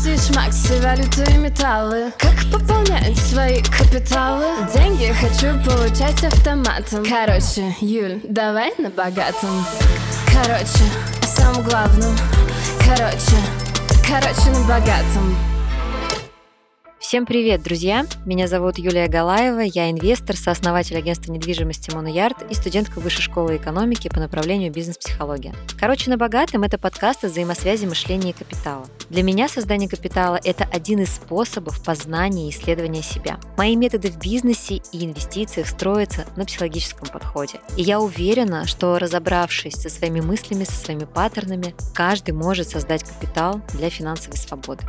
Акции, шмаксы, валюты и металлы. Как пополнять свои капиталы? Деньги хочу получать автоматом. Короче, Юль, давай на богатом. Короче, о самом главном. Короче, на богатом. Всем привет, друзья! Меня зовут Юлия Галаева, я инвестор, сооснователь агентства недвижимости Моноярд и студентка Высшей школы экономики по направлению бизнес-психология. «Короче, на богатом» — это подкаст о взаимосвязи мышления и капитала. Для меня создание капитала — это один из способов познания и исследования себя. Мои методы в бизнесе и инвестициях строятся на психологическом подходе. И я уверена, что, разобравшись со своими мыслями, со своими паттернами, каждый может создать капитал для финансовой свободы.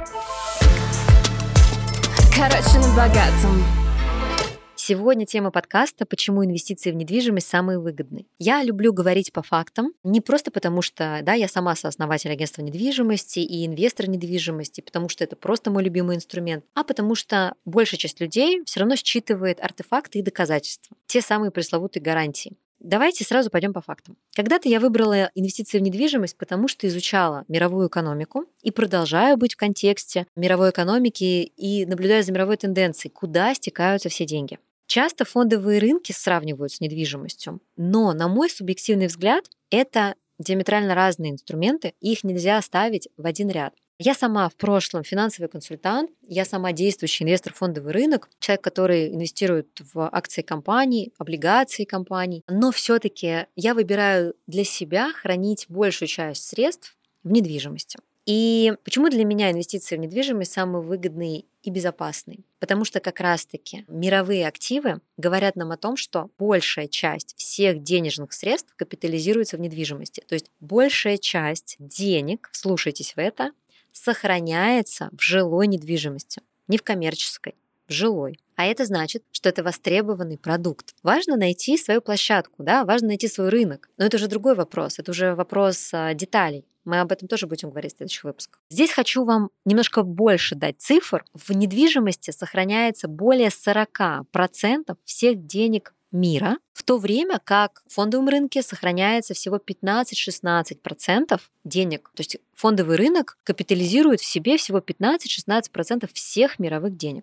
Короче, на богатом. Сегодня тема подкаста «Почему инвестиции в недвижимость самые выгодные». Я люблю говорить по фактам, не просто потому, что я сама сооснователь агентства недвижимости и инвестор недвижимости, потому что это просто мой любимый инструмент, а потому что большая часть людей все равно считывает артефакты и доказательства, те самые пресловутые гарантии. Давайте сразу пойдем по фактам. Когда-то я выбрала инвестиции в недвижимость, потому что изучала мировую экономику и продолжаю быть в контексте мировой экономики и наблюдаю за мировой тенденцией, куда стекаются все деньги. Часто фондовые рынки сравнивают с недвижимостью, но, на мой субъективный взгляд, это диаметрально разные инструменты, и их нельзя ставить в один ряд. Я сама в прошлом финансовый консультант, я сама действующий инвестор в фондовый рынок, человек, который инвестирует в акции компаний, облигации компаний, но все-таки я выбираю для себя хранить большую часть средств в недвижимости. И почему для меня инвестиции в недвижимость самые выгодные и безопасные? Потому что как раз-таки мировые активы говорят нам о том, что большая часть всех денежных средств капитализируется в недвижимости. То есть большая часть денег, вслушайтесь в это, сохраняется в жилой недвижимости, не в коммерческой, в жилой. А это значит, что это востребованный продукт. Важно найти свою площадку, важно найти свой рынок. Но это уже другой вопрос, это уже вопрос деталей. Мы об этом тоже будем говорить в следующих выпусках. Здесь хочу вам немножко больше дать цифр. В недвижимости сохраняется более 40% всех денег мира, в то время как в фондовом рынке сохраняется всего 15-16% денег. То есть фондовый рынок капитализирует в себе всего 15-16% всех мировых денег.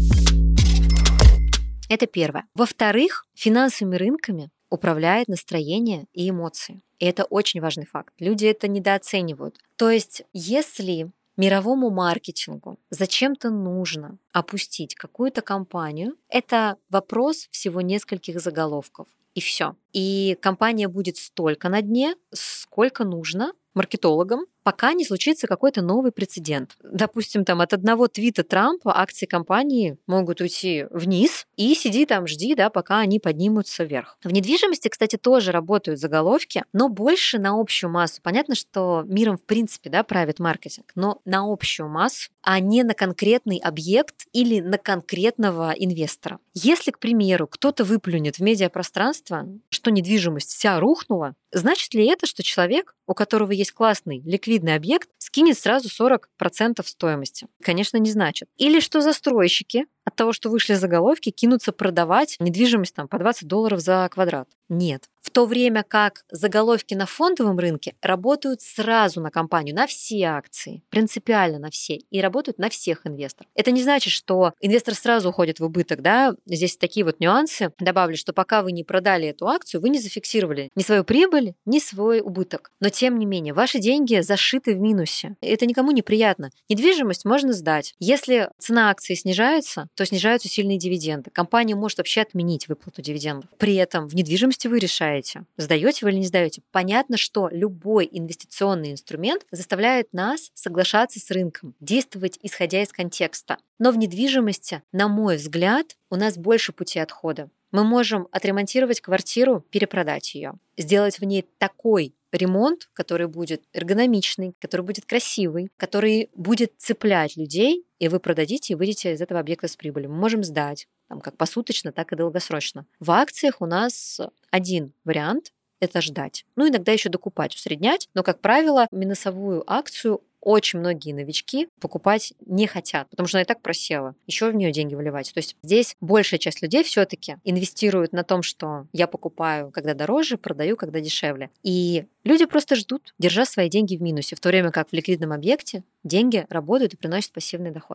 Это первое. Во-вторых, финансовыми рынками управляет настроение и эмоции. И это очень важный факт. Люди это недооценивают. То есть, если мировому маркетингу зачем-то нужно опустить какую-то компанию, это вопрос всего нескольких заголовков. И все. И компания будет столько на дне, сколько нужно маркетологам, пока не случится какой-то новый прецедент. Допустим, от одного твита Трампа акции компании могут уйти вниз, и сиди там, жди, пока они поднимутся вверх. В недвижимости, кстати, тоже работают заголовки, но больше на общую массу. Понятно, что миром в принципе правит маркетинг, но на общую массу, а не на конкретный объект или на конкретного инвестора. Если, к примеру, кто-то выплюнет в медиапространство, что недвижимость вся рухнула, значит ли это, что человек, у которого есть классный ликвидный объект, скинет сразу 40% стоимости? Конечно, не значит. Или что застройщики от того, что вышли заголовки, кинутся продавать недвижимость по $20 за квадрат? Нет. В то время как заголовки на фондовом рынке работают сразу на компанию, на все акции, принципиально на все, и работают на всех инвесторов. Это не значит, что инвестор сразу уходит в убыток, Здесь такие нюансы. Добавлю, что пока вы не продали эту акцию, вы не зафиксировали ни свою прибыль, ни свой убыток. Но тем не менее, ваши деньги зашиты в минусе. Это никому не приятно. Недвижимость можно сдать. Если цена акции снижается, то снижаются сильные дивиденды. Компания может вообще отменить выплату дивидендов. При этом в недвижимости вы решаете, сдаете вы или не сдаете. Понятно, что любой инвестиционный инструмент заставляет нас соглашаться с рынком, действовать исходя из контекста. Но в недвижимости, на мой взгляд, у нас больше пути отхода. Мы можем отремонтировать квартиру, перепродать ее, сделать в ней такой ремонт, который будет эргономичный, который будет красивый, который будет цеплять людей, и вы продадите и выйдете из этого объекта с прибылью. Мы можем сдать, как посуточно, так и долгосрочно. В акциях у нас один вариант – это ждать. Иногда еще докупать, усреднять, но, как правило, минусовую акцию очень многие новички покупать не хотят, потому что она и так просела. Еще в нее деньги вливать. То есть здесь большая часть людей все-таки инвестирует на том, что я покупаю, когда дороже, продаю, когда дешевле. И люди просто ждут, держа свои деньги в минусе, в то время как в ликвидном объекте деньги работают и приносят пассивный доход.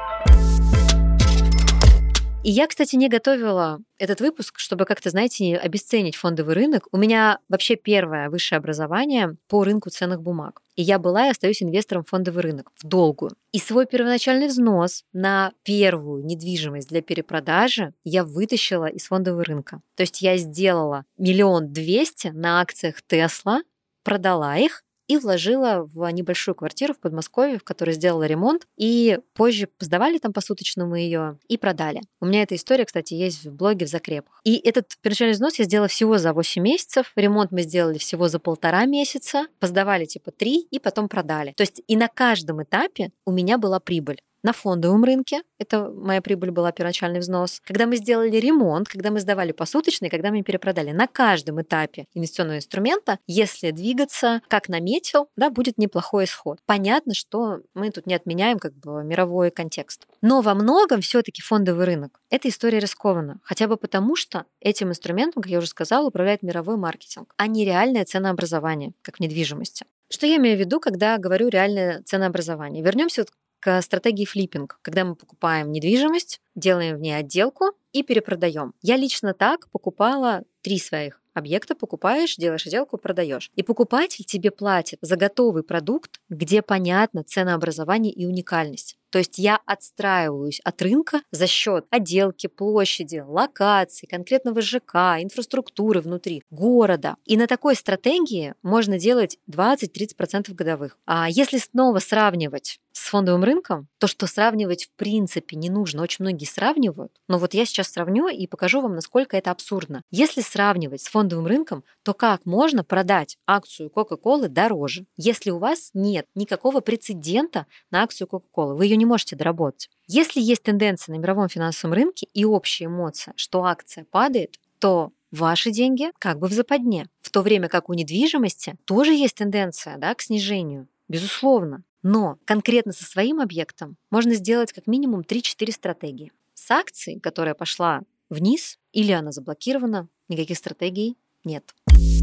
И я, кстати, не готовила этот выпуск, чтобы как-то, знаете, обесценить фондовый рынок. У меня вообще первое высшее образование по рынку ценных бумаг. И я была и остаюсь инвестором в фондовый рынок, в долгую. И свой первоначальный взнос на первую недвижимость для перепродажи я вытащила из фондового рынка. То есть я сделала 1 200 000 на акциях Тесла, продала их, и вложила в небольшую квартиру в Подмосковье, в которой сделала ремонт, и позже сдавали там посуточному ее и продали. У меня эта история, кстати, есть в блоге в закрепах. И этот первоначальный взнос я сделала всего за 8 месяцев, ремонт мы сделали всего за 1,5 месяца, посдавали 3 и потом продали. То есть и на каждом этапе у меня была прибыль. На фондовом рынке, это моя прибыль была, первоначальный взнос. Когда мы сделали ремонт, когда мы сдавали посуточные, когда мы перепродали, на каждом этапе инвестиционного инструмента, если двигаться, как наметил, да, будет неплохой исход. Понятно, что мы тут не отменяем мировой контекст. Но во многом все-таки фондовый рынок – это история рискованна. Хотя бы потому, что этим инструментом, как я уже сказала, управляет мировой маркетинг, а не реальное ценообразование, как в недвижимости. Что я имею в виду, когда говорю реальное ценообразование? Вернемся к стратегии флиппинг, когда мы покупаем недвижимость, делаем в ней отделку и перепродаем. Я лично так покупала 3 своих объекта, покупаешь, делаешь отделку, продаешь. И покупатель тебе платит за готовый продукт, где понятно ценообразование и уникальность. То есть я отстраиваюсь от рынка за счет отделки, площади, локаций, конкретного ЖК, инфраструктуры внутри города. И на такой стратегии можно делать 20-30% годовых. А если снова сравнивать с фондовым рынком, то что сравнивать в принципе не нужно. Очень многие сравнивают. Но вот я сейчас сравню и покажу вам, насколько это абсурдно. Если сравнивать с фондовым рынком, то как можно продать акцию Coca-Cola дороже, если у вас нет никакого прецедента на акцию Coca-Cola? Вы ее не можете доработать. Если есть тенденция на мировом финансовом рынке и общая эмоция, что акция падает, то ваши деньги в западне. В то время как у недвижимости тоже есть тенденция, к снижению, безусловно. Но конкретно со своим объектом можно сделать как минимум 3-4 стратегии. С акцией, которая пошла вниз или она заблокирована, никаких стратегий нет.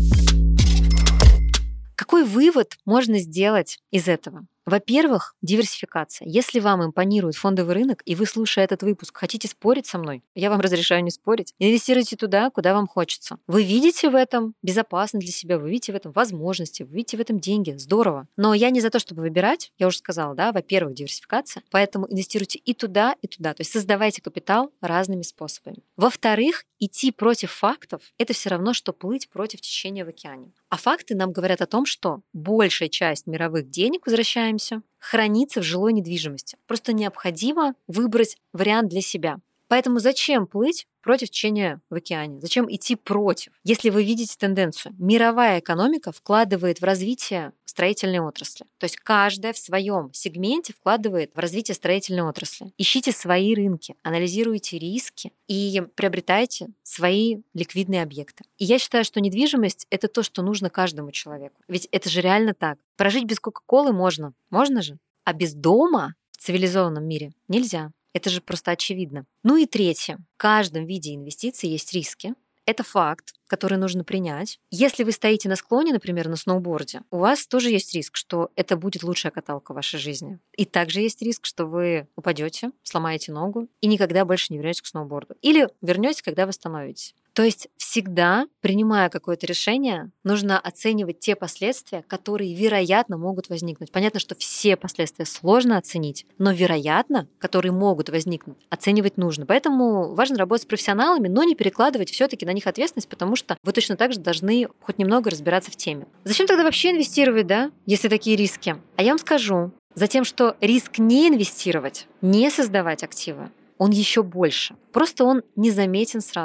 Какой вывод можно сделать из этого? Во-первых, диверсификация. Если вам импонирует фондовый рынок, и вы, слушая этот выпуск, хотите спорить со мной, я вам разрешаю не спорить. Инвестируйте туда, куда вам хочется. Вы видите в этом безопасность для себя, вы видите в этом возможности, вы видите в этом деньги. Здорово. Но я не за то, чтобы выбирать. Я уже сказала, во-первых, диверсификация. Поэтому инвестируйте и туда, и туда. То есть создавайте капитал разными способами. Во-вторых, идти против фактов – это все равно, что плыть против течения в океане. А факты нам говорят о том, что большая часть мировых денег, возвращаемся, хранится в жилой недвижимости. Просто необходимо выбрать вариант для себя. Поэтому зачем плыть против течения в океане? Зачем идти против? Если вы видите тенденцию, мировая экономика вкладывает в развитие строительной отрасли. То есть каждая в своем сегменте вкладывает в развитие строительной отрасли. Ищите свои рынки, анализируйте риски и приобретайте свои ликвидные объекты. И я считаю, что недвижимость – это то, что нужно каждому человеку. Ведь это же реально так. Прожить без Кока-Колы можно. Можно же. А без дома в цивилизованном мире нельзя. Это же просто очевидно. Ну и третье. В каждом виде инвестиций есть риски. Это факт, который нужно принять. Если вы стоите на склоне, например, на сноуборде, у вас тоже есть риск, что это будет лучшая каталка в вашей жизни. И также есть риск, что вы упадете, сломаете ногу и никогда больше не вернетесь к сноуборду. Или вернетесь, когда восстановитесь. То есть всегда, принимая какое-то решение, нужно оценивать те последствия, которые, вероятно, могут возникнуть. Понятно, что все последствия сложно оценить, но, вероятно, которые могут возникнуть, оценивать нужно. Поэтому важно работать с профессионалами, но не перекладывать все-таки на них ответственность, потому что вы точно так же должны хоть немного разбираться в теме. Зачем тогда вообще инвестировать, если такие риски? А я вам скажу, затем, что риск не инвестировать, не создавать активы, он еще больше. Просто он незаметен сразу.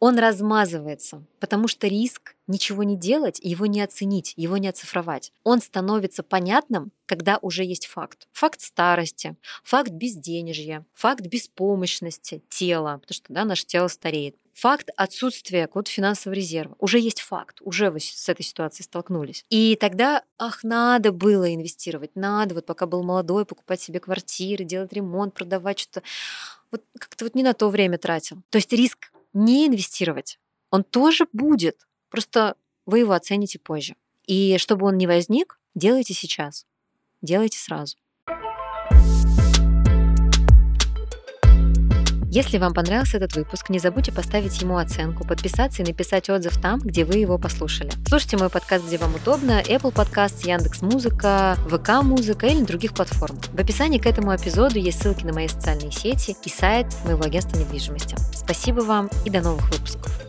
он размазывается, потому что риск ничего не делать, его не оценить, его не оцифровать. Он становится понятным, когда уже есть факт. Факт старости, факт безденежья, факт беспомощности тела, потому что наше тело стареет. Факт отсутствия какого-то финансового резерва. Уже есть факт, уже вы с этой ситуацией столкнулись. И тогда, надо было инвестировать, надо пока был молодой, покупать себе квартиры, делать ремонт, продавать что-то. Как-то не на то время тратил. То есть риск не инвестировать, он тоже будет, просто вы его оцените позже. И чтобы он не возник, делайте сейчас, делайте сразу. Если вам понравился этот выпуск, не забудьте поставить ему оценку, подписаться и написать отзыв там, где вы его послушали. Слушайте мой подкаст, где вам удобно: Apple Podcast, Яндекс.Музыка, ВК-музыка или других платформ. В описании к этому эпизоду есть ссылки на мои социальные сети и сайт моего агентства недвижимости. Спасибо вам и до новых выпусков.